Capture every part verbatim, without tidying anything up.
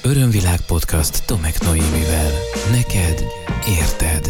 Örömvilág podcast Tomek Noémivel. Neked érted.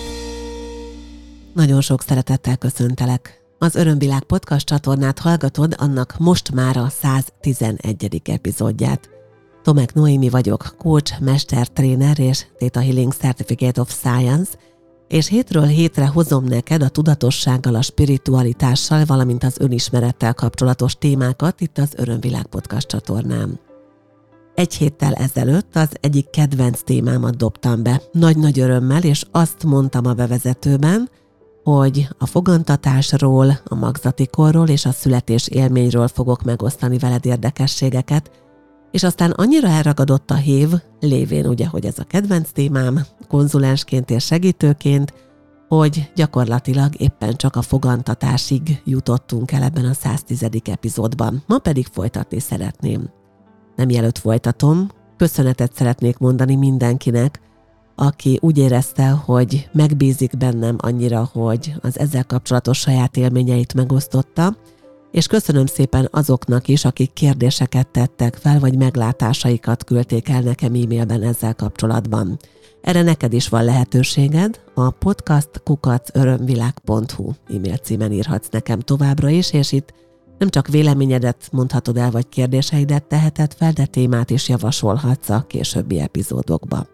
Nagyon sok szeretettel köszöntelek. Az Örömvilág podcast csatornát hallgatod, annak most már a száztizenegyedik epizódját. Tomek Noémi vagyok, coach, mester, tréner és Theta Healing Certificate of Science, és hétről hétre hozom neked a tudatossággal, a spiritualitással, valamint az önismerettel kapcsolatos témákat itt az Örömvilág podcast csatornán. Egy héttel ezelőtt az egyik kedvenc témámat dobtam be, nagy-nagy örömmel, és azt mondtam a bevezetőben, hogy a fogantatásról, a magzati korról és a születés élményről fogok megosztani veled érdekességeket, és aztán annyira elragadott a hév, lévén ugye, hogy ez a kedvenc témám, konzulensként és segítőként, hogy gyakorlatilag éppen csak a fogantatásig jutottunk el ebben a száztizedik epizódban. Ma pedig folytatni szeretném. Nem mielőtt folytatom, köszönetet szeretnék mondani mindenkinek, aki úgy érezte, hogy megbízik bennem annyira, hogy az ezzel kapcsolatos saját élményeit megosztotta, és köszönöm szépen azoknak is, akik kérdéseket tettek fel, vagy meglátásaikat küldték el nekem e-mailben ezzel kapcsolatban. Erre neked is van lehetőséged, a podcast kukac örömvilág pont hu e-mail címen írhatsz nekem továbbra is, és itt nem csak véleményedet mondhatod el, vagy kérdéseidet teheted fel, de témát is javasolhatsz a későbbi epizódokba.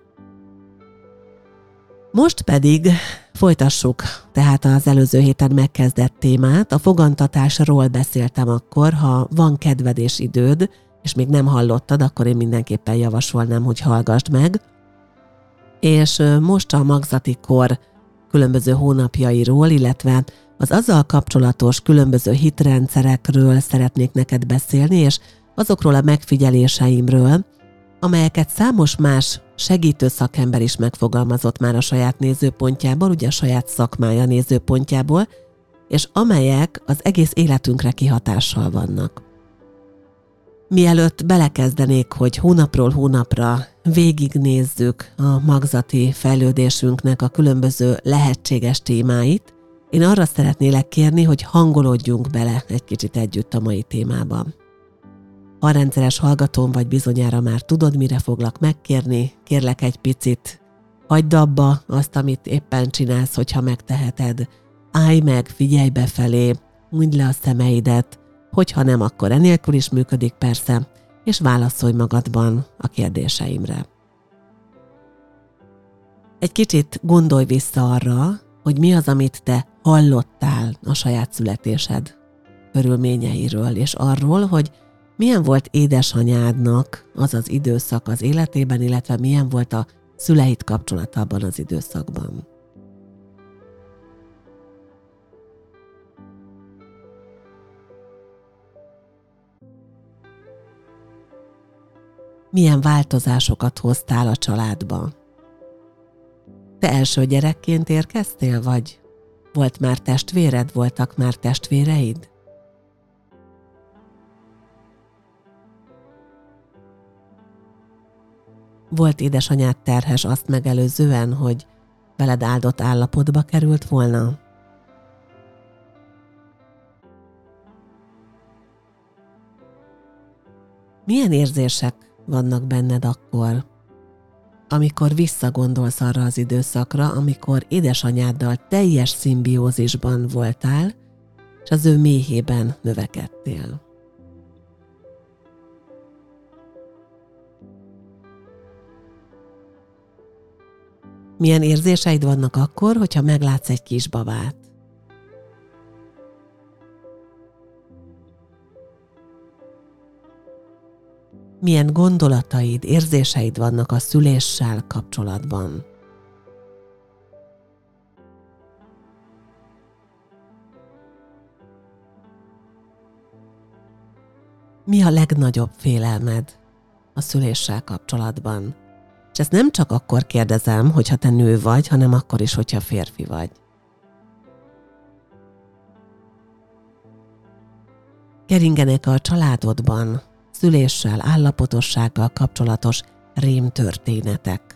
Most pedig folytassuk tehát az előző héten megkezdett témát. A fogantatásról beszéltem akkor, ha van kedved és időd, és még nem hallottad, akkor én mindenképpen javasolnám, hogy hallgassd meg. És most a magzati kor különböző hónapjairól, illetve az azzal kapcsolatos különböző hitrendszerekről szeretnék neked beszélni, és azokról a megfigyeléseimről, amelyeket számos más segítő szakember is megfogalmazott már a saját nézőpontjából, ugye a saját szakmája nézőpontjából, és amelyek az egész életünkre kihatással vannak. Mielőtt belekezdenék, hogy hónapról hónapra végignézzük a magzati fejlődésünknek a különböző lehetséges témáit, én arra szeretnélek kérni, hogy hangolódjunk bele egy kicsit együtt a mai témába. Ha rendszeres hallgatóm vagy, bizonyára már tudod, mire foglak megkérni, kérlek egy picit, hagyd abba azt, amit éppen csinálsz, hogyha megteheted. Állj meg, figyelj befelé, hunyd le a szemeidet, hogyha nem, akkor enélkül is működik persze, és válaszolj magadban a kérdéseimre. Egy kicsit gondolj vissza arra, hogy mi az, amit te hallottál a saját születésed körülményeiről, és arról, hogy milyen volt édesanyádnak az az időszak az életében, illetve milyen volt a szüleid kapcsolata abban az időszakban. Milyen változásokat hoztál a családba? Te első gyerekként érkeztél, vagy volt már testvéred, voltak már testvéreid? Volt édesanyád terhes azt megelőzően, hogy veled áldott állapotba került volna? Milyen érzések vannak benned akkor, amikor visszagondolsz arra az időszakra, amikor édesanyáddal teljes szimbiózisban voltál, és az ő méhében növekedtél? Milyen érzéseid vannak akkor, hogyha meglátsz egy kisbabát? Milyen gondolataid, érzéseid vannak a szüléssel kapcsolatban? Mi a legnagyobb félelmed a szüléssel kapcsolatban? És ezt nem csak akkor kérdezem, hogyha te nő vagy, hanem akkor is, hogyha férfi vagy. Keringenek a családodban szüléssel, állapotossággal kapcsolatos rémtörténetek.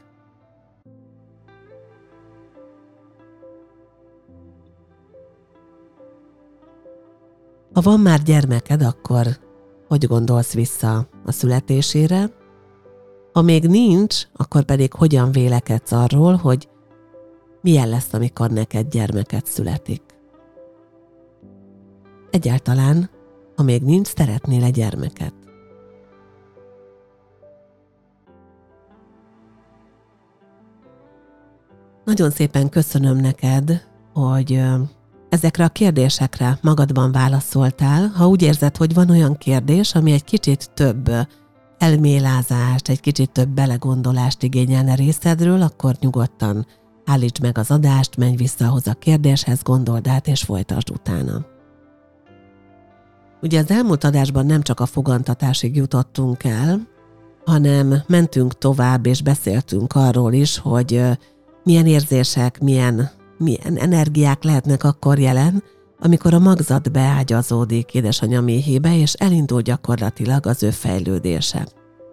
Ha van már gyermeked, akkor hogy gondolsz vissza a születésére? Ha még nincs, akkor pedig hogyan vélekedsz arról, hogy milyen lesz, amikor neked gyermeked születik. Egyáltalán, ha még nincs, szeretnél-e gyermeket? Nagyon szépen köszönöm neked, hogy ezekre a kérdésekre magadban válaszoltál. Ha úgy érzed, hogy van olyan kérdés, ami egy kicsit több elmélázást, egy kicsit több belegondolást igényelne részedről, akkor nyugodtan állítsd meg az adást, menj vissza ahhoz a kérdéshez, gondold át és folytasd utána. Ugye az elmúlt adásban nem csak a fogantatásig jutottunk el, hanem mentünk tovább és beszéltünk arról is, hogy milyen érzések, milyen, milyen energiák lehetnek akkor jelen, amikor a magzat beágyazódik édesanyja méhébe, és elindul gyakorlatilag az ő fejlődése.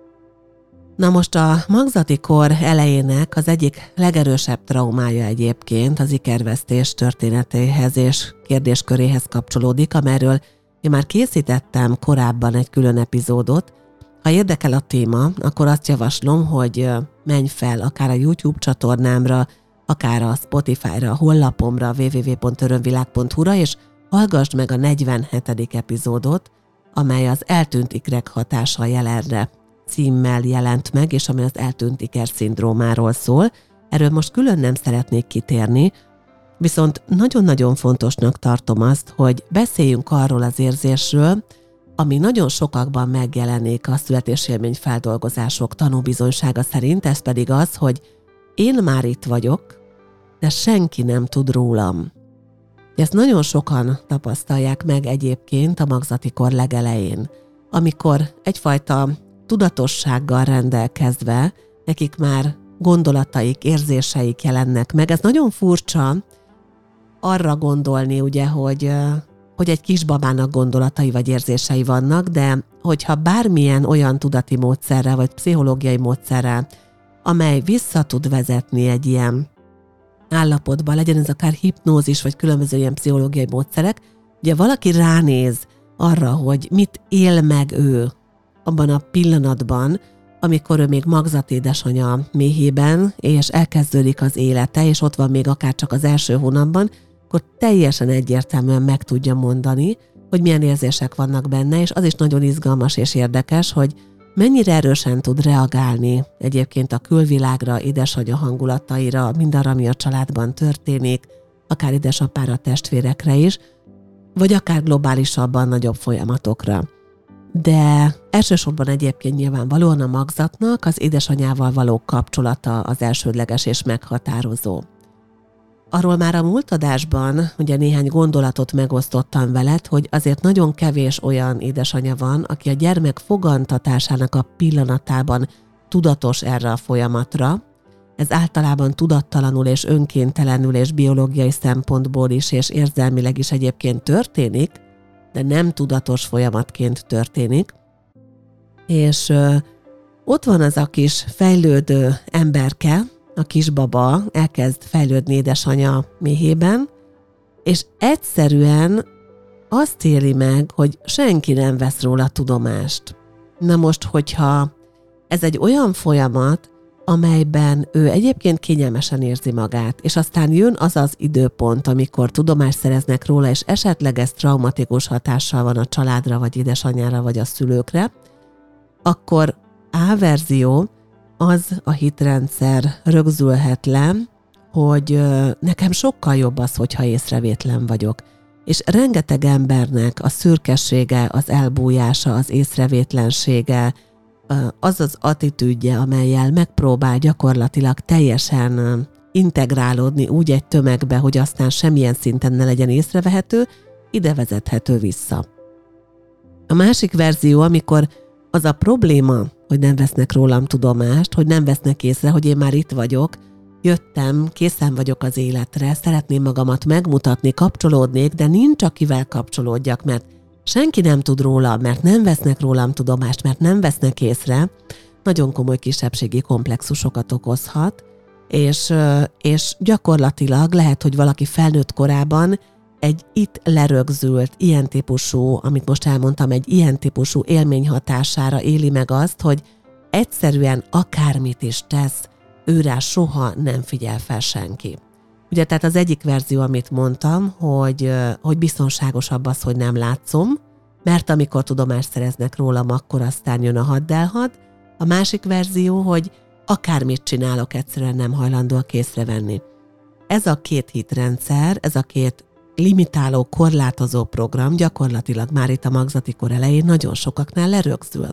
Na most a magzati kor elejének az egyik legerősebb traumája egyébként az ikervesztés történetéhez és kérdésköréhez kapcsolódik, amelyről én már készítettem korábban egy külön epizódot. Ha érdekel a téma, akkor azt javaslom, hogy menj fel akár a YouTube csatornámra, akár a Spotify-ra, a honlapomra, double-u double-u double-u pont örömvilág pont hu-ra, és hallgassd meg a negyvenhetedik epizódot, amely az eltűnt ikrek hatása jelenre címmel jelent meg, és amely az eltűnt iker szindrómáról szól. Erről most külön nem szeretnék kitérni, viszont nagyon-nagyon fontosnak tartom azt, hogy beszéljünk arról az érzésről, ami nagyon sokakban megjelenik a születésélmény feldolgozások tanúbizonysága szerint, ez pedig az, hogy én már itt vagyok, de senki nem tud rólam. Ezt nagyon sokan tapasztalják meg egyébként a magzati kor legelején, amikor egyfajta tudatossággal rendelkezve nekik már gondolataik, érzéseik jelennek meg. Ez nagyon furcsa arra gondolni, ugye, hogy, hogy egy kisbabának gondolatai vagy érzései vannak, de hogyha bármilyen olyan tudati módszerrel vagy pszichológiai módszerrel, amely vissza tud vezetni egy ilyen állapotba, legyen ez akár hipnózis, vagy különböző ilyen pszichológiai módszerek, ugye valaki ránéz arra, hogy mit él meg ő abban a pillanatban, amikor ő még magzati édesanyja méhében, és elkezdődik az élete, és ott van még akár csak az első hónapban, akkor teljesen egyértelműen meg tudja mondani, hogy milyen érzések vannak benne, és az is nagyon izgalmas és érdekes, hogy mennyire erősen tud reagálni egyébként a külvilágra, édesanyja hangulataira, mindarra, ami a családban történik, akár édesapára, testvérekre is, vagy akár globálisabban nagyobb folyamatokra. De elsősorban egyébként nyilvánvalóan a magzatnak az édesanyával való kapcsolata az elsődleges és meghatározó. Arról már a múlt adásban ugye néhány gondolatot megosztottam veled, hogy azért nagyon kevés olyan édesanyja van, aki a gyermek fogantatásának a pillanatában tudatos erre a folyamatra. Ez általában tudattalanul és önkéntelenül és biológiai szempontból is és érzelmileg is egyébként történik, de nem tudatos folyamatként történik. És ö, ott van az a kis fejlődő emberke, a kisbaba elkezd fejlődni édesanyja méhében, és egyszerűen azt éli meg, hogy senki nem vesz róla tudomást. Na most, hogyha ez egy olyan folyamat, amelyben ő egyébként kényelmesen érzi magát, és aztán jön az az időpont, amikor tudomást szereznek róla, és esetleg ez traumatikus hatással van a családra, vagy édesanyjára, vagy a szülőkre, akkor A verzió, az a hitrendszer rögzülhet le, hogy nekem sokkal jobb az, hogyha észrevétlen vagyok. És rengeteg embernek a szürkessége, az elbújása, az észrevétlensége, az az attitűdje, amellyel megpróbál gyakorlatilag teljesen integrálódni úgy egy tömegbe, hogy aztán semmilyen szinten ne legyen észrevehető, ide vezethető vissza. A másik verzió, amikor az a probléma, hogy nem vesznek rólam tudomást, hogy nem vesznek észre, hogy én már itt vagyok, jöttem, készen vagyok az életre, szeretném magamat megmutatni, kapcsolódnék, de nincs akivel kapcsolódjak, mert senki nem tud róla, mert nem vesznek rólam tudomást, mert nem vesznek észre, nagyon komoly kisebbségi komplexusokat okozhat, és, és gyakorlatilag lehet, hogy valaki felnőtt korában egy itt lerögzült, ilyen típusú, amit most elmondtam, egy ilyen típusú élmény hatására éli meg azt, hogy egyszerűen akármit is tesz, őrá soha nem figyel fel senki. Ugye, tehát az egyik verzió, amit mondtam, hogy, hogy biztonságosabb az, hogy nem látszom, mert amikor tudomást szereznek rólam, akkor aztán jön a hadd-elhadd. A másik verzió, hogy akármit csinálok, egyszerűen nem hajlandóak észrevenni. Ez a két hitrendszer, ez a két limitáló, korlátozó program gyakorlatilag már itt a magzati kor elején nagyon sokaknál lerögzül.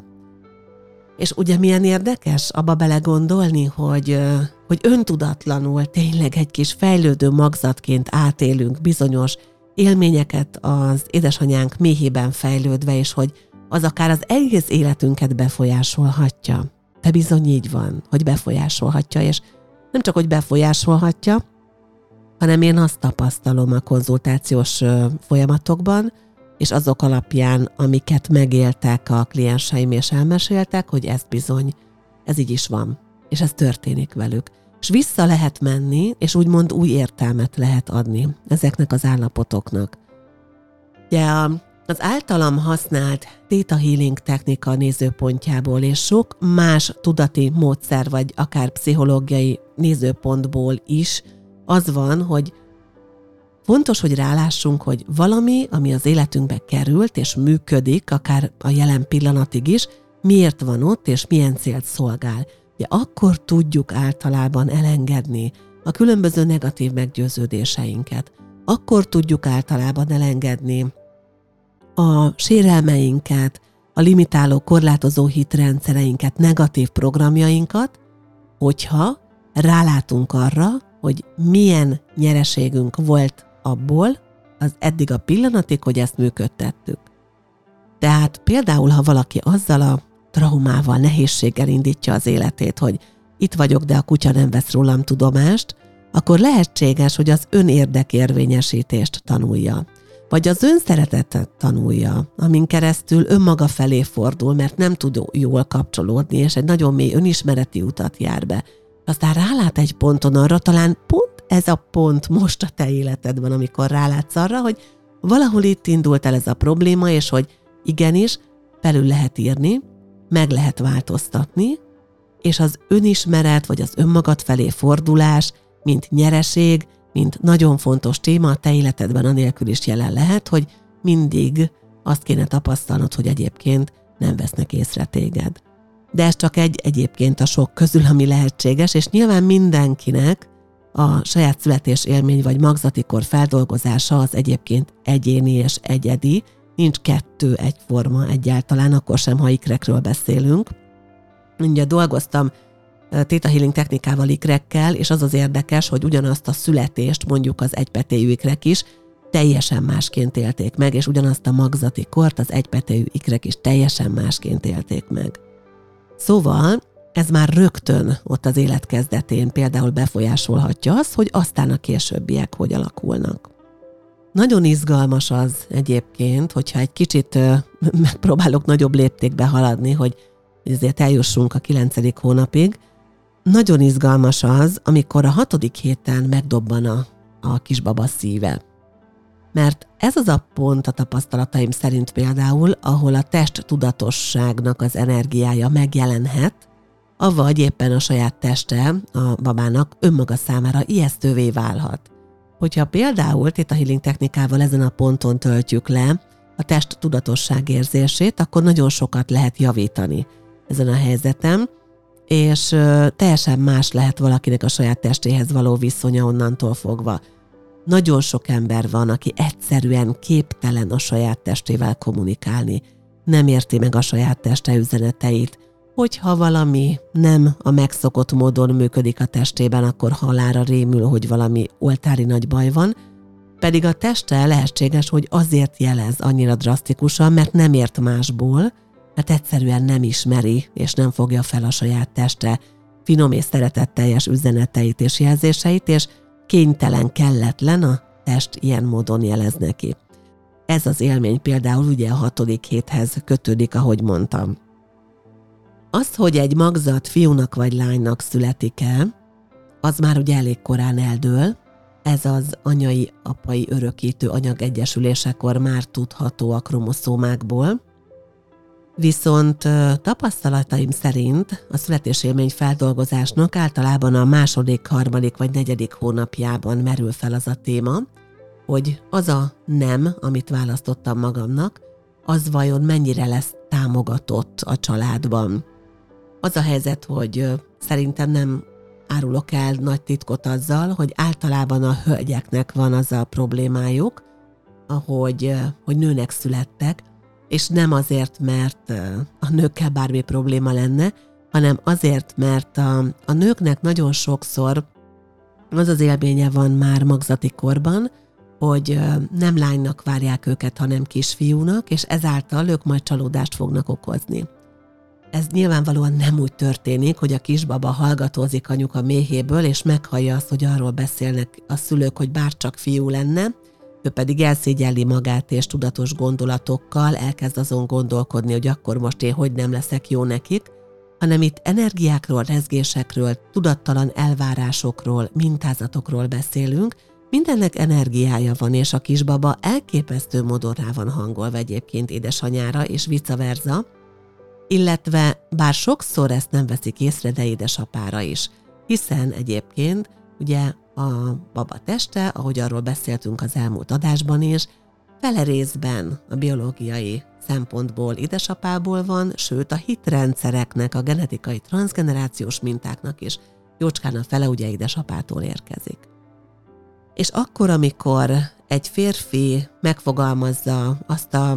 És ugye milyen érdekes abba belegondolni, hogy, hogy öntudatlanul tényleg egy kis fejlődő magzatként átélünk bizonyos élményeket az édesanyánk méhében fejlődve, és hogy az akár az egész életünket befolyásolhatja. De bizony így van, hogy befolyásolhatja, és nem csak, hogy befolyásolhatja, hanem én azt tapasztalom a konzultációs folyamatokban, és azok alapján, amiket megéltek a klienseim és elmeséltek, hogy ez bizony, ez így is van, és ez történik velük. És vissza lehet menni, és úgymond új értelmet lehet adni ezeknek az állapotoknak. Ugye az általam használt Theta Healing technika nézőpontjából és sok más tudati módszer, vagy akár pszichológiai nézőpontból is az van, hogy fontos, hogy rálássunk, hogy valami, ami az életünkbe került és működik, akár a jelen pillanatig is, miért van ott és milyen célt szolgál. Ugye akkor tudjuk általában elengedni a különböző negatív meggyőződéseinket. Akkor tudjuk általában elengedni a sérelmeinket, a limitáló, korlátozó hitrendszereinket, negatív programjainkat, hogyha rálátunk arra, hogy milyen nyereségünk volt abból, az eddig a pillanatig, hogy ezt működtettük. Tehát például, ha valaki azzal a traumával, nehézséggel indítja az életét, hogy itt vagyok, de a kutya nem vesz rólam tudomást, akkor lehetséges, hogy az önérdekérvényesítést tanulja, vagy az önszeretetet tanulja, amin keresztül önmaga felé fordul, mert nem tud jól kapcsolódni, és egy nagyon mély önismereti utat jár be. Aztán rálát egy ponton arra, talán pont ez a pont most a te életedben, amikor rálátsz arra, hogy valahol itt indult el ez a probléma, és hogy igenis, felül lehet írni, meg lehet változtatni, és az önismeret, vagy az önmagad felé fordulás, mint nyereség, mint nagyon fontos téma a te életedben anélkül is jelen lehet, hogy mindig azt kéne tapasztalnod, hogy egyébként nem vesznek észre téged. De ez csak egy egyébként a sok közül, ami lehetséges, és nyilván mindenkinek a saját születés élmény vagy magzatikor feldolgozása az egyébként egyéni és egyedi, nincs kettő egyforma egyáltalán, akkor sem, ha ikrekről beszélünk. Ugye dolgoztam Theta Healing technikával ikrekkel, és az az érdekes, hogy ugyanazt a születést, mondjuk az egypetéjű ikrek is teljesen másként élték meg, és ugyanazt a magzati kort az egypetéjű ikrek is teljesen másként élték meg. Szóval ez már rögtön ott az élet kezdetén például befolyásolhatja azt, hogy aztán a későbbiek hogy alakulnak. Nagyon izgalmas az egyébként, hogyha egy kicsit ö, megpróbálok nagyobb léptékbe haladni, hogy ezért eljussunk a kilencedik hónapig. Nagyon izgalmas az, amikor a hatodik héten megdobban a, a kisbaba szíve. Mert ez az a pont a tapasztalataim szerint például, ahol a test tudatosságnak az energiája megjelenhet, avagy éppen a saját teste a babának önmaga számára ijesztővé válhat. Hogyha például Theta Healing technikával ezen a ponton töltjük le a test tudatosság érzését, akkor nagyon sokat lehet javítani ezen a helyzeten, és teljesen más lehet valakinek a saját testéhez való viszonya onnantól fogva. Nagyon sok ember van, aki egyszerűen képtelen a saját testével kommunikálni, nem érti meg a saját teste üzeneteit, hogyha valami nem a megszokott módon működik a testében, akkor halálra rémül, hogy valami oltári nagy baj van, pedig a teste lehetséges, hogy azért jelez annyira drasztikusan, mert nem ért másból, mert egyszerűen nem ismeri, és nem fogja fel a saját teste finom és szeretetteljes üzeneteit és jelzéseit, és kénytelen, kelletlen a test ilyen módon jelez neki. Ez az élmény például ugye a hatodik héthez kötődik, ahogy mondtam. Az, hogy egy magzat fiúnak vagy lánynak születik-e, az már ugye elég korán eldől. Ez az anyai-apai örökítő anyag egyesülésekor már tudható a kromoszómákból. Viszont tapasztalataim szerint a születésélmény feldolgozásnak általában a második, harmadik vagy negyedik hónapjában merül fel az a téma, hogy az a nem, amit választottam magamnak, az vajon mennyire lesz támogatott a családban. Az a helyzet, hogy szerintem nem árulok el nagy titkot azzal, hogy általában a hölgyeknek van az a problémájuk, ahogy, hogy nőnek születtek, és nem azért, mert a nőkkel bármi probléma lenne, hanem azért, mert a, a nőknek nagyon sokszor az az élménye van már magzati korban, hogy nem lánynak várják őket, hanem kisfiúnak, és ezáltal ők majd csalódást fognak okozni. Ez nyilvánvalóan nem úgy történik, hogy a kisbaba hallgatózik anyuka méhéből, és meghallja azt, hogy arról beszélnek a szülők, hogy bárcsak fiú lenne, ő pedig elszégyelli magát, és tudatos gondolatokkal elkezd azon gondolkodni, hogy akkor most én hogy nem leszek jó nekik, hanem itt energiákról, rezgésekről, tudattalan elvárásokról, mintázatokról beszélünk. Mindennek energiája van, és a kisbaba elképesztő módon rá van hangolva egyébként édesanyára, és vice versa, illetve bár sokszor ezt nem veszik észre, de édesapára is, hiszen egyébként ugye a baba teste, ahogy arról beszéltünk az elmúlt adásban is, fele részben a biológiai szempontból édesapából van, sőt a hitrendszereknek, a genetikai transzgenerációs mintáknak is jócskán a fele ugye édesapától érkezik. És akkor, amikor egy férfi megfogalmazza azt a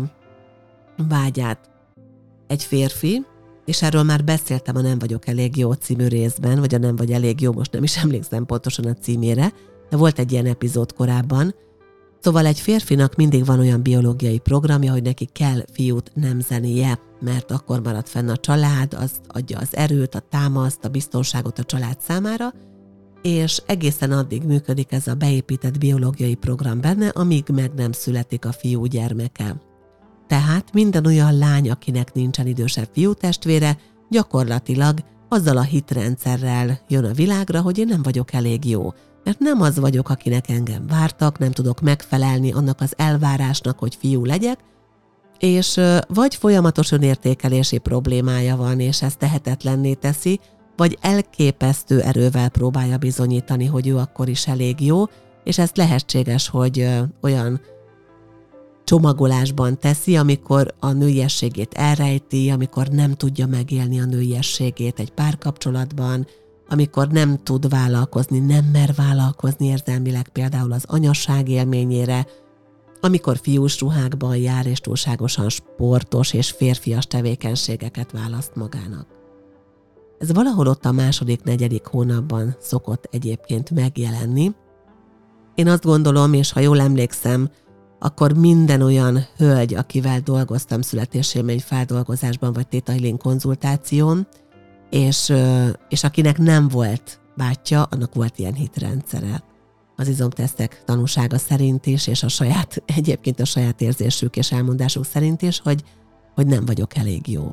vágyát, egy férfi, és erről már beszéltem a Nem vagyok elég jó című részben, vagy a Nem vagy elég jó, most nem is emlékszem pontosan a címére, de volt egy ilyen epizód korábban. Szóval egy férfinak mindig van olyan biológiai programja, hogy neki kell fiút nemzenie, mert akkor marad fenn a család, az adja az erőt, a támaszt, a biztonságot a család számára, és egészen addig működik ez a beépített biológiai program benne, amíg meg nem születik a fiú gyermeke. Tehát minden olyan lány, akinek nincsen idősebb fiútestvére, gyakorlatilag azzal a hitrendszerrel jön a világra, hogy én nem vagyok elég jó. Mert nem az vagyok, akinek engem vártak, nem tudok megfelelni annak az elvárásnak, hogy fiú legyek, és vagy folyamatos önértékelési problémája van, és ez tehetetlenné teszi, vagy elképesztő erővel próbálja bizonyítani, hogy ő akkor is elég jó, és ez lehetséges, hogy olyan csomagolásban teszi, amikor a nőiességét elrejti, amikor nem tudja megélni a nőiességét egy párkapcsolatban, amikor nem tud vállalkozni, nem mer vállalkozni érzelmileg például az anyaság élményére, amikor fiús ruhákban jár és túlságosan sportos és férfias tevékenységeket választ magának. Ez valahol ott a második, negyedik hónapban szokott egyébként megjelenni. Én azt gondolom, és ha jól emlékszem, akkor minden olyan hölgy, akivel dolgoztam születésélmény feldolgozásban vagy Theta Healing konzultáción, és, és akinek nem volt bátyja, annak volt ilyen hitrendszere. Az izomtesztek tanúsága szerint is, és a saját, egyébként a saját érzésük és elmondásuk szerint is, hogy, hogy nem vagyok elég jó.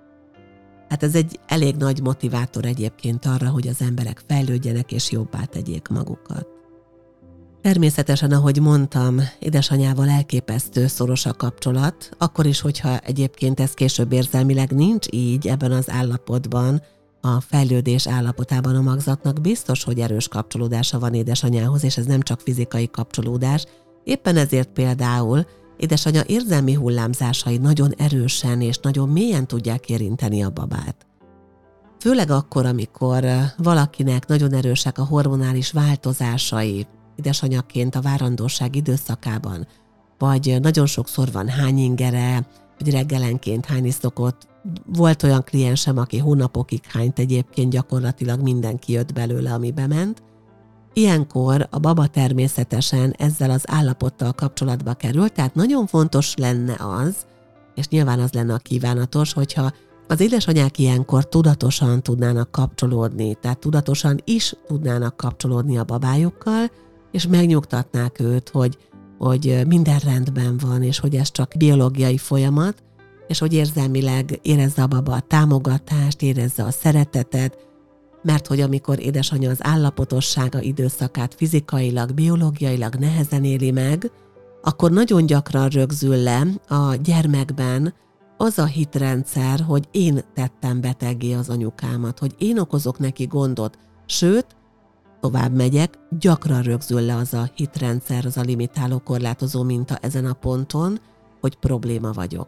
Hát ez egy elég nagy motivátor egyébként arra, hogy az emberek fejlődjenek és jobbá tegyék magukat. Természetesen, ahogy mondtam, édesanyával elképesztő szoros a kapcsolat, akkor is, hogyha egyébként ez később érzelmileg nincs így ebben az állapotban, a fejlődés állapotában a magzatnak biztos, hogy erős kapcsolódása van édesanyához, és ez nem csak fizikai kapcsolódás. Éppen ezért például édesanyja érzelmi hullámzásai nagyon erősen és nagyon mélyen tudják érinteni a babát. Főleg akkor, amikor valakinek nagyon erősek a hormonális változásai, édesanyaként a várandóság időszakában, vagy nagyon sokszor van hányingere, vagy reggelenként hányni szokott. Volt olyan kliensem, aki hónapokig hányt egyébként, gyakorlatilag mindenki jött belőle, ami bement. Ilyenkor a baba természetesen ezzel az állapottal kapcsolatba kerül, tehát nagyon fontos lenne az, és nyilván az lenne a kívánatos, hogyha az édesanyák ilyenkor tudatosan tudnának kapcsolódni, tehát tudatosan is tudnának kapcsolódni a babájukkal, és megnyugtatnák őt, hogy, hogy minden rendben van, és hogy ez csak biológiai folyamat, és hogy érzelmileg érezze a baba a támogatást, érezze a szeretetet, mert hogy amikor édesanyja az állapotossága időszakát fizikailag, biológiailag nehezen éli meg, akkor nagyon gyakran rögzül le a gyermekben az a hitrendszer, hogy én tettem beteggé az anyukámat, hogy én okozok neki gondot, sőt, tovább megyek, gyakran rögzül le az a hitrendszer, az a limitáló, korlátozó minta ezen a ponton, hogy probléma vagyok.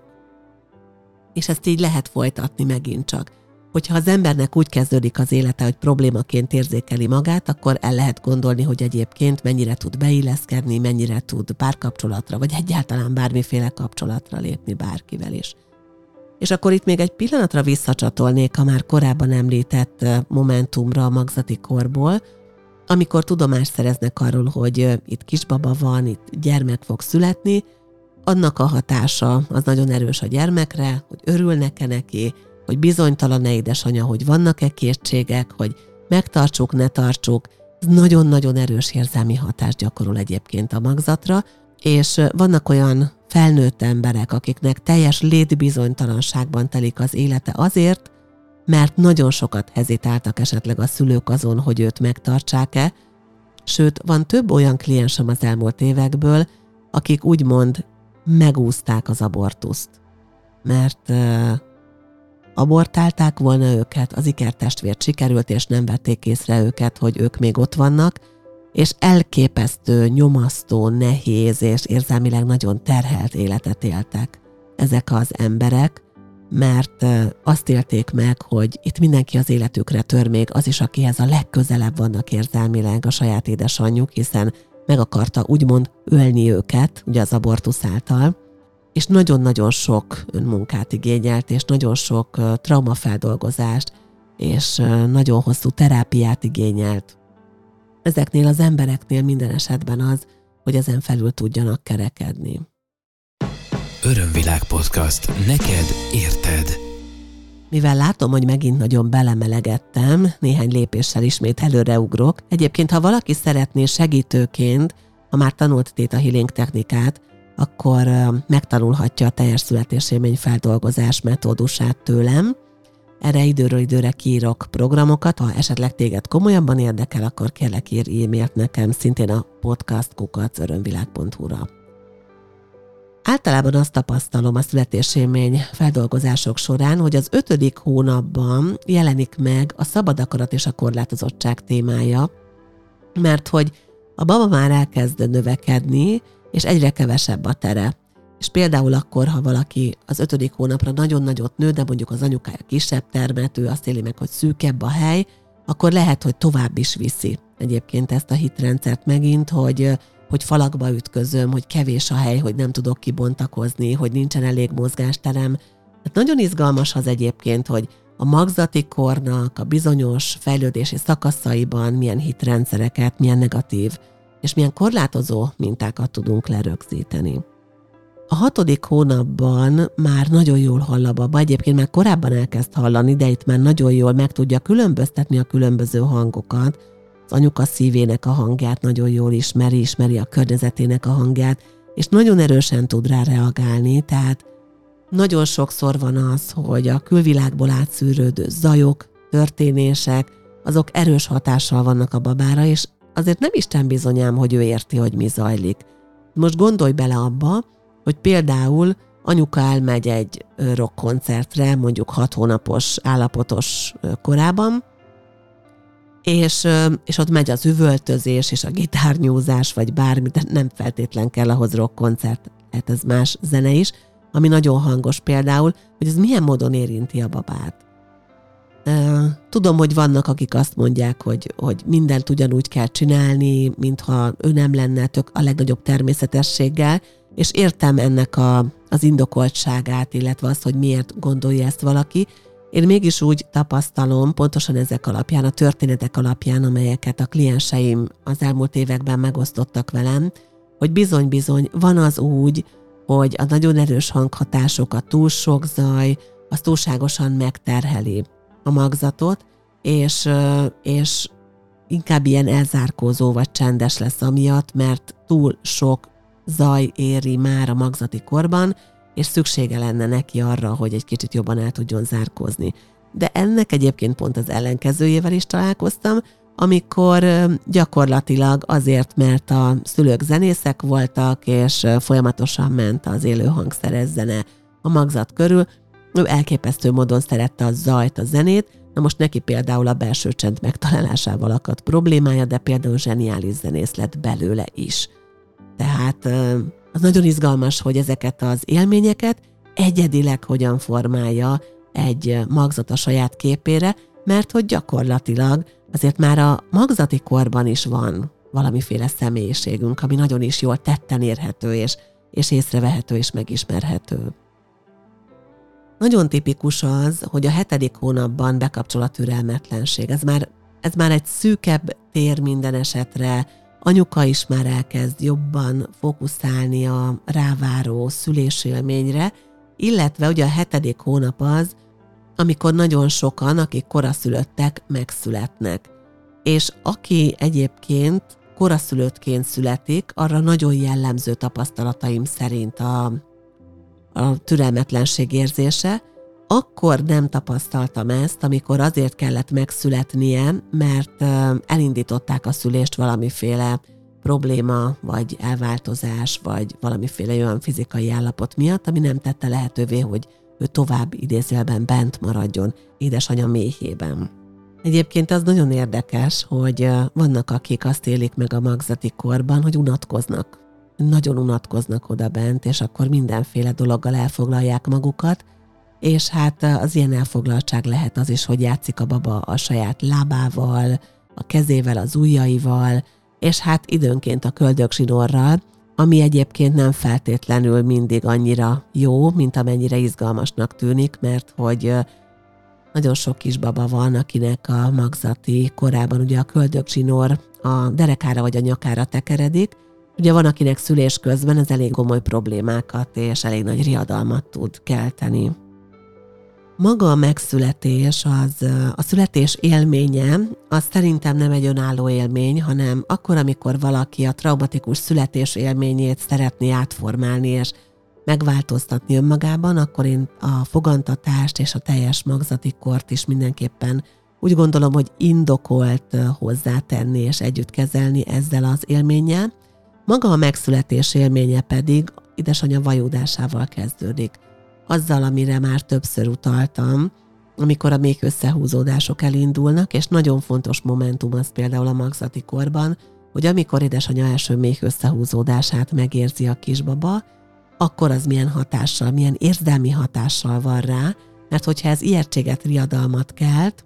És ezt így lehet folytatni megint csak. Hogyha az embernek úgy kezdődik az élete, hogy problémaként érzékeli magát, akkor el lehet gondolni, hogy egyébként mennyire tud beilleszkedni, mennyire tud párkapcsolatra, vagy egyáltalán bármiféle kapcsolatra lépni bárkivel is. És akkor itt még egy pillanatra visszacsatolnék a már korábban említett momentumra a magzati korból, amikor tudomást szereznek arról, hogy itt kisbaba van, itt gyermek fog születni, annak a hatása az nagyon erős a gyermekre, hogy örülnek-e neki, hogy bizonytalan-e édesanyja, hogy vannak-e kétségek, hogy megtartsuk, ne tartsuk. Ez nagyon-nagyon erős érzelmi hatást gyakorol egyébként a magzatra, és vannak olyan felnőtt emberek, akiknek teljes létbizonytalanságban telik az élete azért, mert nagyon sokat hezitáltak esetleg a szülők azon, hogy őt megtartsák-e, sőt, van több olyan kliensem az elmúlt évekből, akik úgymond megúzták az abortuszt, mert uh, abortálták volna őket, az ikertestvért sikerült, és nem vették észre őket, hogy ők még ott vannak, és elképesztő, nyomasztó, nehéz és érzelmileg nagyon terhelt életet éltek ezek az emberek, mert azt élték meg, hogy itt mindenki az életükre tör, még az is, akihez a legközelebb vannak érzelmileg, a saját édesanyjuk, hiszen meg akarta úgymond ölni őket, ugye az abortusz által, és nagyon-nagyon sok önmunkát igényelt, és nagyon sok traumafeldolgozást, és nagyon hosszú terápiát igényelt. Ezeknél az embereknél minden esetben az, hogy ezen felül tudjanak kerekedni. Örömvilág podcast. Neked érted. Mivel látom, hogy megint nagyon belemelegettem, néhány lépéssel ismét előreugrok. Egyébként, ha valaki szeretné segítőként, ha már tanult Theta Healing technikát, akkor megtanulhatja a teljes születésélmény feldolgozás metódusát tőlem. Erre időről időre kiírok programokat, ha esetleg téged komolyabban érdekel, akkor kérlek írj e-mailt nekem, szintén a podcast kukac örömvilág pont hu-ra. Általában azt tapasztalom a születésélmény feldolgozások során, hogy az ötödik hónapban jelenik meg a szabad akarat és a korlátozottság témája, mert hogy a baba már elkezd növekedni, és egyre kevesebb a tere. És például akkor, ha valaki az ötödik hónapra nagyon nagyot nő, de mondjuk az anyukája kisebb termető, azt éli meg, hogy szűkebb a hely, akkor lehet, hogy tovább is viszi egyébként ezt a hitrendszert megint, hogy, hogy falakba ütközöm, hogy kevés a hely, hogy nem tudok kibontakozni, hogy nincsen elég mozgásterem. Tehát nagyon izgalmas az egyébként, hogy a magzati kornak a bizonyos fejlődési szakaszaiban milyen hitrendszereket, milyen negatív és milyen korlátozó mintákat tudunk lerögzíteni. A hatodik hónapban már nagyon jól hall a baba, egyébként már korábban elkezd hallani, de itt már nagyon jól meg tudja különböztetni a különböző hangokat. Az anyuka szívének a hangját nagyon jól ismeri, ismeri a környezetének a hangját, és nagyon erősen tud rá reagálni, tehát nagyon sokszor van az, hogy a külvilágból átszűrődő zajok, történések, azok erős hatással vannak a babára, és azért nem Isten bizonyám, hogy ő érti, hogy mi zajlik. Most gondolj bele abba, hogy például anyuka elmegy egy rockkoncertre, mondjuk hat hónapos állapotos korában, és, és ott megy az üvöltözés, és a gitárnyúzás, vagy bármi, de nem feltétlen kell ahhoz rockkoncert, hát ez más zene is, ami nagyon hangos például, hogy ez milyen módon érinti a babát. Tudom, hogy vannak, akik azt mondják, hogy, hogy mindent ugyanúgy kell csinálni, mintha ő nem lenne, tök a legnagyobb természetességgel, és értem ennek a, az indokoltságát, illetve azt, hogy miért gondolja ezt valaki. Én mégis úgy tapasztalom, pontosan ezek alapján, a történetek alapján, amelyeket a klienseim az elmúlt években megosztottak velem, hogy bizony-bizony van az úgy, hogy a nagyon erős hanghatások, a túl sok zaj, az túlságosan megterheli a magzatot, és, és inkább ilyen elzárkózó vagy csendes lesz amiatt, mert túl sok zaj éri már a magzati korban, és szüksége lenne neki arra, hogy egy kicsit jobban el tudjon zárkózni. De ennek egyébként pont az ellenkezőjével is találkoztam, amikor gyakorlatilag azért, mert a szülők zenészek voltak, és folyamatosan ment az élő hangszeres zene a magzat körül. Ő elképesztő módon szerette a zajt, a zenét, na most neki például a belső csend megtalálásával akadt problémája, de például zseniális zenész lett belőle is. Tehát az nagyon izgalmas, hogy ezeket az élményeket egyedileg hogyan formálja egy magzat a saját képére, mert hogy gyakorlatilag azért már a magzati korban is van valamiféle személyiségünk, ami nagyon is jól tetten érhető, és, és észrevehető, és megismerhető. Nagyon tipikus az, hogy a hetedik hónapban bekapcsol a türelmetlenség. Ez már, ez már egy szűkebb tér minden esetre, anyuka is már elkezd jobban fókuszálni a ráváró szülésélményre, illetve ugye a hetedik hónap az, amikor nagyon sokan, akik koraszülöttek, megszületnek. És aki egyébként koraszülöttként születik, arra nagyon jellemző tapasztalataim szerint a, a türelmetlenség érzése, akkor nem tapasztaltam ezt, amikor azért kellett megszületnie, mert elindították a szülést valamiféle probléma, vagy elváltozás, vagy valamiféle olyan fizikai állapot miatt, ami nem tette lehetővé, hogy ő tovább idézőjelben bent maradjon édesanyja méhében. Egyébként az nagyon érdekes, hogy vannak, akik azt élik meg a magzati korban, hogy unatkoznak. Nagyon unatkoznak oda bent, és akkor mindenféle dologgal elfoglalják magukat, és hát az ilyen elfoglaltság lehet az is, hogy játszik a baba a saját lábával, a kezével, az ujjaival, és hát időnként a köldögzsinórral, ami egyébként nem feltétlenül mindig annyira jó, mint amennyire izgalmasnak tűnik, mert hogy nagyon sok kisbaba van, akinek a magzati korában ugye a köldögzsinór a derekára vagy a nyakára tekeredik. Ugye van, akinek szülés közben ez elég komoly problémákat és elég nagy riadalmat tud kelteni. Maga a megszületés, az, a születés élménye, az szerintem nem egy önálló élmény, hanem akkor, amikor valaki a traumatikus születés élményét szeretné átformálni és megváltoztatni önmagában, akkor én a fogantatást és a teljes magzati kort is mindenképpen úgy gondolom, hogy indokolt hozzátenni és együtt kezelni ezzel az élménnyel. Maga a megszületés élménye pedig édesanyja vajúdásával kezdődik. Azzal, amire már többször utaltam, amikor a méh összehúzódások elindulnak, és nagyon fontos momentum az például a magzati korban, hogy amikor édesanyja első méh összehúzódását megérzi a kisbaba, akkor az milyen hatással, milyen érzelmi hatással van rá, mert hogyha ez ijegységet, riadalmat kelt,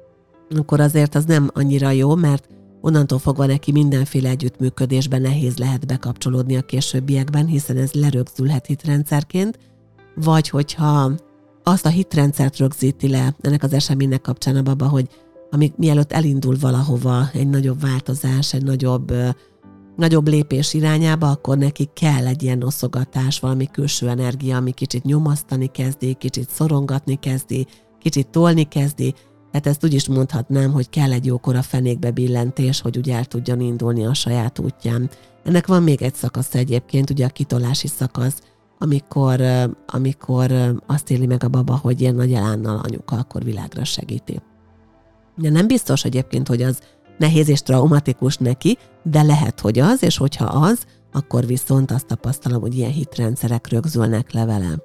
akkor azért az nem annyira jó, mert onnantól fogva neki mindenféle együttműködésben nehéz lehet bekapcsolódni a későbbiekben, hiszen ez lerögzülhet hitrendszerként, vagy hogyha azt a hitrendszert rögzíti le ennek az eseménynek kapcsán a baba, hogy amíg mielőtt elindul valahova egy nagyobb változás, egy nagyobb, nagyobb lépés irányába, akkor neki kell egy ilyen noszogatás, valami külső energia, ami kicsit nyomasztani kezdi, kicsit szorongatni kezdi, kicsit tolni kezdi. Hát ezt úgy is mondhatnám, hogy kell egy jókora fenékbe billentés, hogy úgy el tudjon indulni a saját útján. Ennek van még egy szakasz egyébként, ugye a kitolási szakasz, amikor, amikor azt éli meg a baba, hogy ilyen nagy elánnal anyuka akkor világra segíti. De nem biztos egyébként, hogy az nehéz és traumatikus neki, de lehet, hogy az, és hogyha az, akkor viszont azt tapasztalom, hogy ilyen hitrendszerek rögzülnek le vele.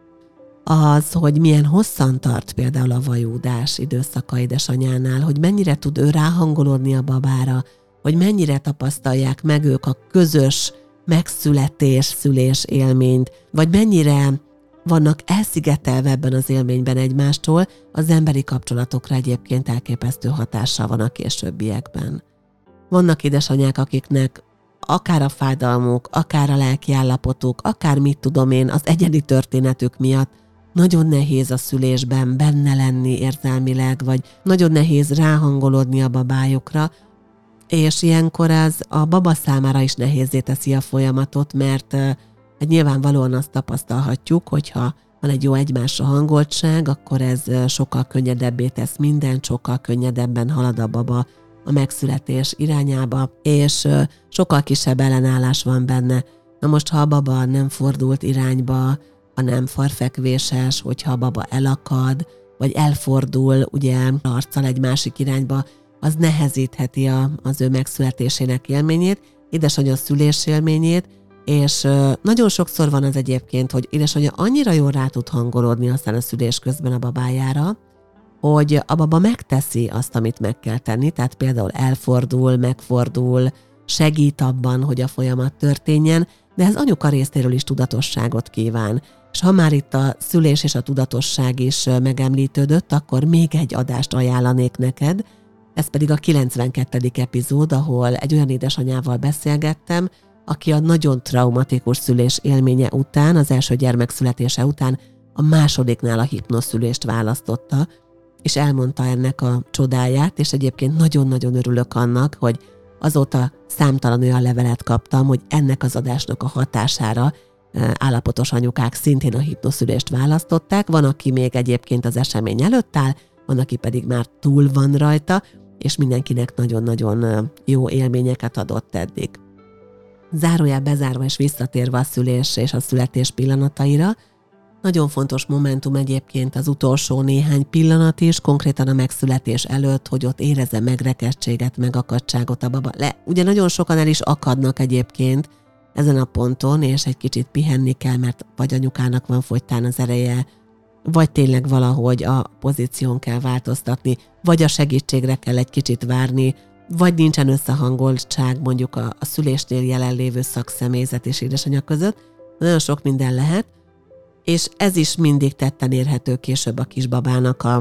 Az, hogy milyen hosszan tart például a vajúdás időszaka édesanyánál, hogy mennyire tud ő ráhangolódni a babára, hogy mennyire tapasztalják meg ők a közös megszületés, szülés élményt, vagy mennyire vannak elszigetelve ebben az élményben egymástól, az emberi kapcsolatokra egyébként elképesztő hatással van a későbbiekben. Vannak édesanyák, akiknek akár a fájdalmuk, akár a lelki állapotuk, akár mit tudom én, az egyedi történetük miatt nagyon nehéz a szülésben benne lenni érzelmileg, vagy nagyon nehéz ráhangolódni a babájukra, és ilyenkor ez a baba számára is nehézzé teszi a folyamatot, mert hát nyilvánvalóan azt tapasztalhatjuk, hogyha van egy jó egymásra hangoltság, akkor ez sokkal könnyedebbé tesz mindent, sokkal könnyedebben halad a baba a megszületés irányába, és sokkal kisebb ellenállás van benne. Na most, ha a baba nem fordult irányba, hanem farfekvéses, hogyha a baba elakad, vagy elfordul, ugye arccal egy másik irányba, az nehezítheti a, az ő megszületésének élményét, édesanyja szülés élményét, És nagyon sokszor van az egyébként, hogy édesanyja annyira jól rá tud hangolódni aztán a szülés közben a babájára, hogy a baba megteszi azt, amit meg kell tenni, tehát például elfordul, megfordul, segít abban, hogy a folyamat történjen, de ez anyuka részéről is tudatosságot kíván. És ha már itt a szülés és a tudatosság is megemlítődött, akkor még egy adást ajánlanék neked, ez pedig a kilencvenkettedik epizód, ahol egy olyan édesanyával beszélgettem, aki a nagyon traumatikus szülés élménye után, az első gyermek születése után a másodiknál a hipnoszülést választotta, és elmondta ennek a csodáját, és egyébként nagyon-nagyon örülök annak, hogy azóta számtalan olyan levelet kaptam, hogy ennek az adásnak a hatására állapotos anyukák szintén a hipnoszülést választották, van, aki még egyébként az esemény előtt áll, van, aki pedig már túl van rajta, és mindenkinek nagyon-nagyon jó élményeket adott eddig. Zárójel bezárva és visszatérve a szülés és a születés pillanataira, nagyon fontos momentum egyébként az utolsó néhány pillanat is, konkrétan a megszületés előtt, hogy ott érezze megrekedtséget, megakadtságot a baba. Le, ugye nagyon sokan el is akadnak egyébként ezen a ponton, és egy kicsit pihenni kell, mert vagy anyukának van fogytán az ereje, vagy tényleg valahogy a pozíción kell változtatni, vagy a segítségre kell egy kicsit várni, vagy nincsen összehangoltság mondjuk a, a szülésnél jelenlévő szakszemélyzet és édesanyja között. Nagyon sok minden lehet, és ez is mindig tetten érhető később a kisbabának, a,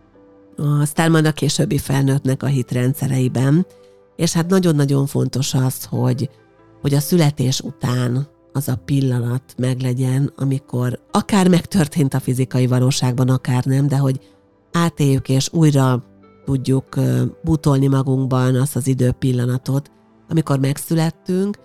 a, aztán majd a későbbi felnőttnek a hitrendszereiben. És hát nagyon-nagyon fontos az, hogy, hogy a születés után az a pillanat meglegyen, amikor akár megtörtént a fizikai valóságban, akár nem, de hogy átéljük és újra tudjuk butolni magunkban azt az időpillanatot, amikor megszülettünk,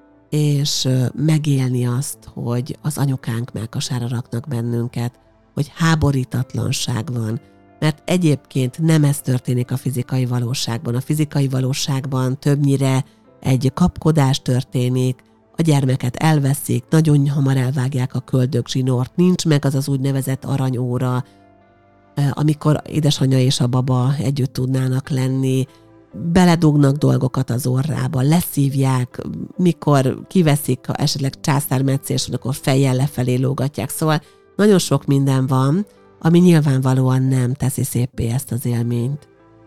és megélni azt, hogy az anyukánk mellkasára raknak bennünket, hogy háborítatlanság van. Mert egyébként nem ez történik a fizikai valóságban. A fizikai valóságban többnyire egy kapkodás történik, a gyermeket elveszik, nagyon hamar elvágják a köldögzsinort, nincs meg az az úgynevezett aranyóra, amikor édesanyja és a baba együtt tudnának lenni, beledugnak dolgokat az orrába, leszívják, mikor kiveszik, ha esetleg császármetszés, akkor fejjel lefelé lógatják. Szóval nagyon sok minden van, ami nyilvánvalóan nem teszi széppé ezt az élményt.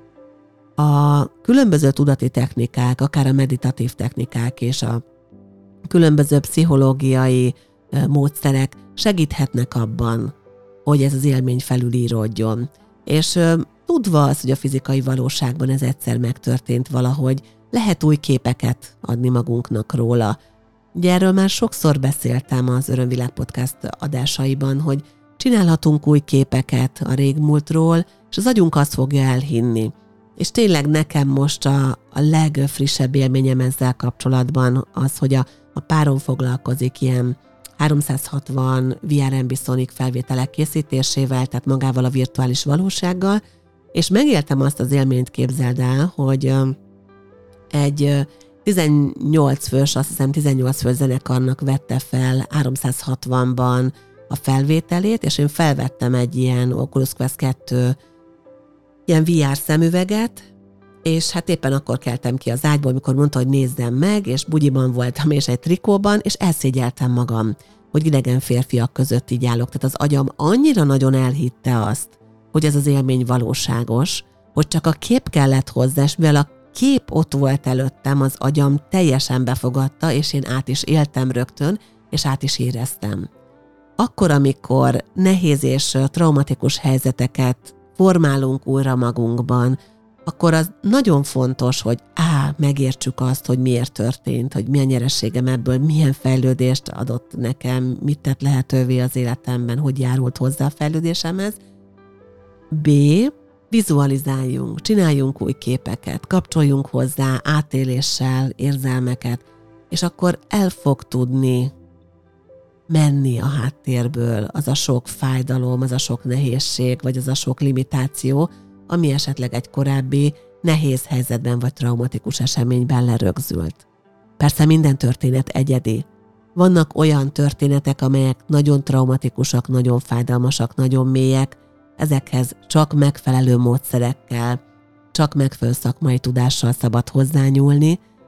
A különböző tudati technikák, akár a meditatív technikák és a különböző pszichológiai módszerek segíthetnek abban, hogy ez az élmény felülíródjon. És tudva az, hogy a fizikai valóságban ez egyszer megtörtént valahogy, lehet új képeket adni magunknak róla. Ugye erről már sokszor beszéltem az Örömvilág podcast adásaiban, hogy csinálhatunk új képeket a régmúltról, és az agyunk azt fogja elhinni. És tényleg nekem most a, a legfrissebb élményem ezzel kapcsolatban az, hogy a, a párom foglalkozik ilyen háromszázhatvan vé er Ambisonic felvételek készítésével, tehát magával a virtuális valósággal, és megéltem azt az élményt, képzeld el, hogy egy tizennyolc fős, azt hiszem tizennyolc fős zenekarnak vette fel háromszázhatvanban a felvételét, és én felvettem egy ilyen Oculus Quest kettő ilyen vé er szemüveget, és hát éppen akkor keltem ki az ágyból, mikor mondta, hogy nézzem meg, és bugyiban voltam, és egy trikóban, és elszégyeltem magam, hogy idegen férfiak között így állok. Tehát az agyam annyira nagyon elhitte azt, hogy ez az élmény valóságos, hogy csak a kép kellett hozzá, és mivel a kép ott volt előttem, az agyam teljesen befogadta, és én át is éltem rögtön, és át is éreztem. Akkor, amikor nehéz és traumatikus helyzeteket formálunk újra magunkban, akkor az nagyon fontos, hogy á, megértsük azt, hogy miért történt, hogy milyen nyerességem ebből, milyen fejlődést adott nekem, mit tett lehetővé az életemben, hogy járult hozzá a fejlődésemhez. B. Vizualizáljunk, csináljunk új képeket, kapcsoljunk hozzá átéléssel, érzelmeket, és akkor el fog tudni menni a háttérből az a sok fájdalom, az a sok nehézség, vagy az a sok limitáció, ami esetleg egy korábbi nehéz helyzetben vagy traumatikus eseményben lerögzült. Persze minden történet egyedi. Vannak olyan történetek, amelyek nagyon traumatikusak, nagyon fájdalmasak, nagyon mélyek, ezekhez csak megfelelő módszerekkel, csak megfelelő szakmai tudással szabad hozzányúlni,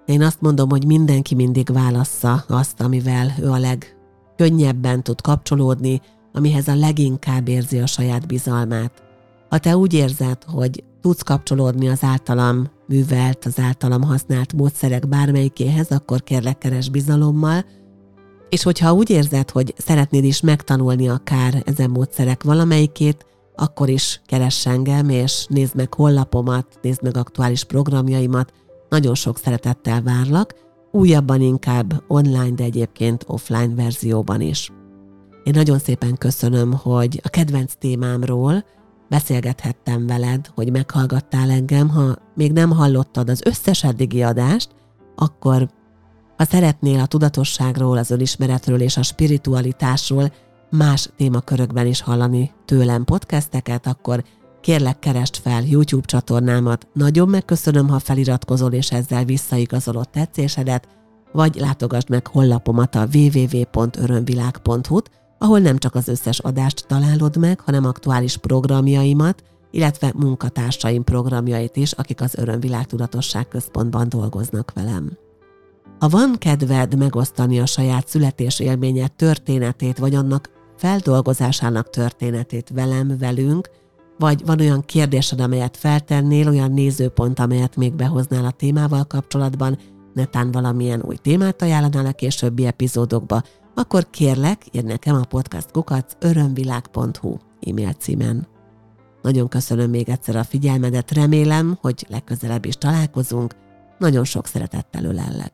Én azt mondom, hogy mindenki mindig válassza azt, amivel ő a legkönnyebben tud kapcsolódni, amihez a leginkább érzi a saját bizalmát. Ha te úgy érzed, hogy tudsz kapcsolódni az általam művelt, az általam használt módszerek bármelyikéhez, akkor kérlek, keresd bizalommal, és hogyha úgy érzed, hogy szeretnéd is megtanulni akár ezen módszerek valamelyikét, akkor is keress engem, és nézd meg honlapomat, nézd meg aktuális programjaimat, nagyon sok szeretettel várlak, újabban inkább online, de egyébként offline verzióban is. Én nagyon szépen köszönöm, hogy a kedvenc témámról beszélgethettem veled, hogy meghallgattál engem. Ha még nem hallottad az összes eddigi adást, akkor ha szeretnél a tudatosságról, az önismeretről és a spiritualitásról más témakörökben is hallani tőlem podcasteket, akkor kérlek, keresd fel YouTube csatornámat. Nagyon megköszönöm, ha feliratkozol és ezzel visszaigazolod tetszésedet, vagy látogasd meg honlapomat a double-u double-u double-u pont örömvilág pont hu-t, ahol nem csak az összes adást találod meg, hanem aktuális programjaimat, illetve munkatársaim programjait is, akik az Örömvilág Tudatosság Központban dolgoznak velem. Ha van kedved megosztani a saját születés élménye történetét, vagy annak feldolgozásának történetét velem, velünk, vagy van olyan kérdésed, amelyet feltennél, olyan nézőpont, amelyet még behoznál a témával kapcsolatban, netán valamilyen új témát ajánlanál a későbbi epizódokba, akkor kérlek, írd nekem a podcast kukac örömvilág pont hu e-mail címen. Nagyon köszönöm még egyszer a figyelmedet, remélem, hogy legközelebb is találkozunk, nagyon sok szeretettel ölellek.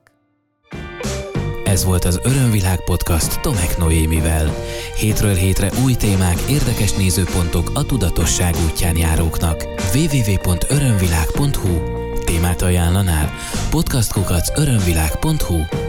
Ez volt az Örömvilág Podcast Tomek Noémivel. Hétről hétre új témák, érdekes nézőpontok a tudatosság útján járóknak. double-u double-u double-u pont örömvilág pont hu Témát ajánlanál? podcast kukac örömvilág pont hu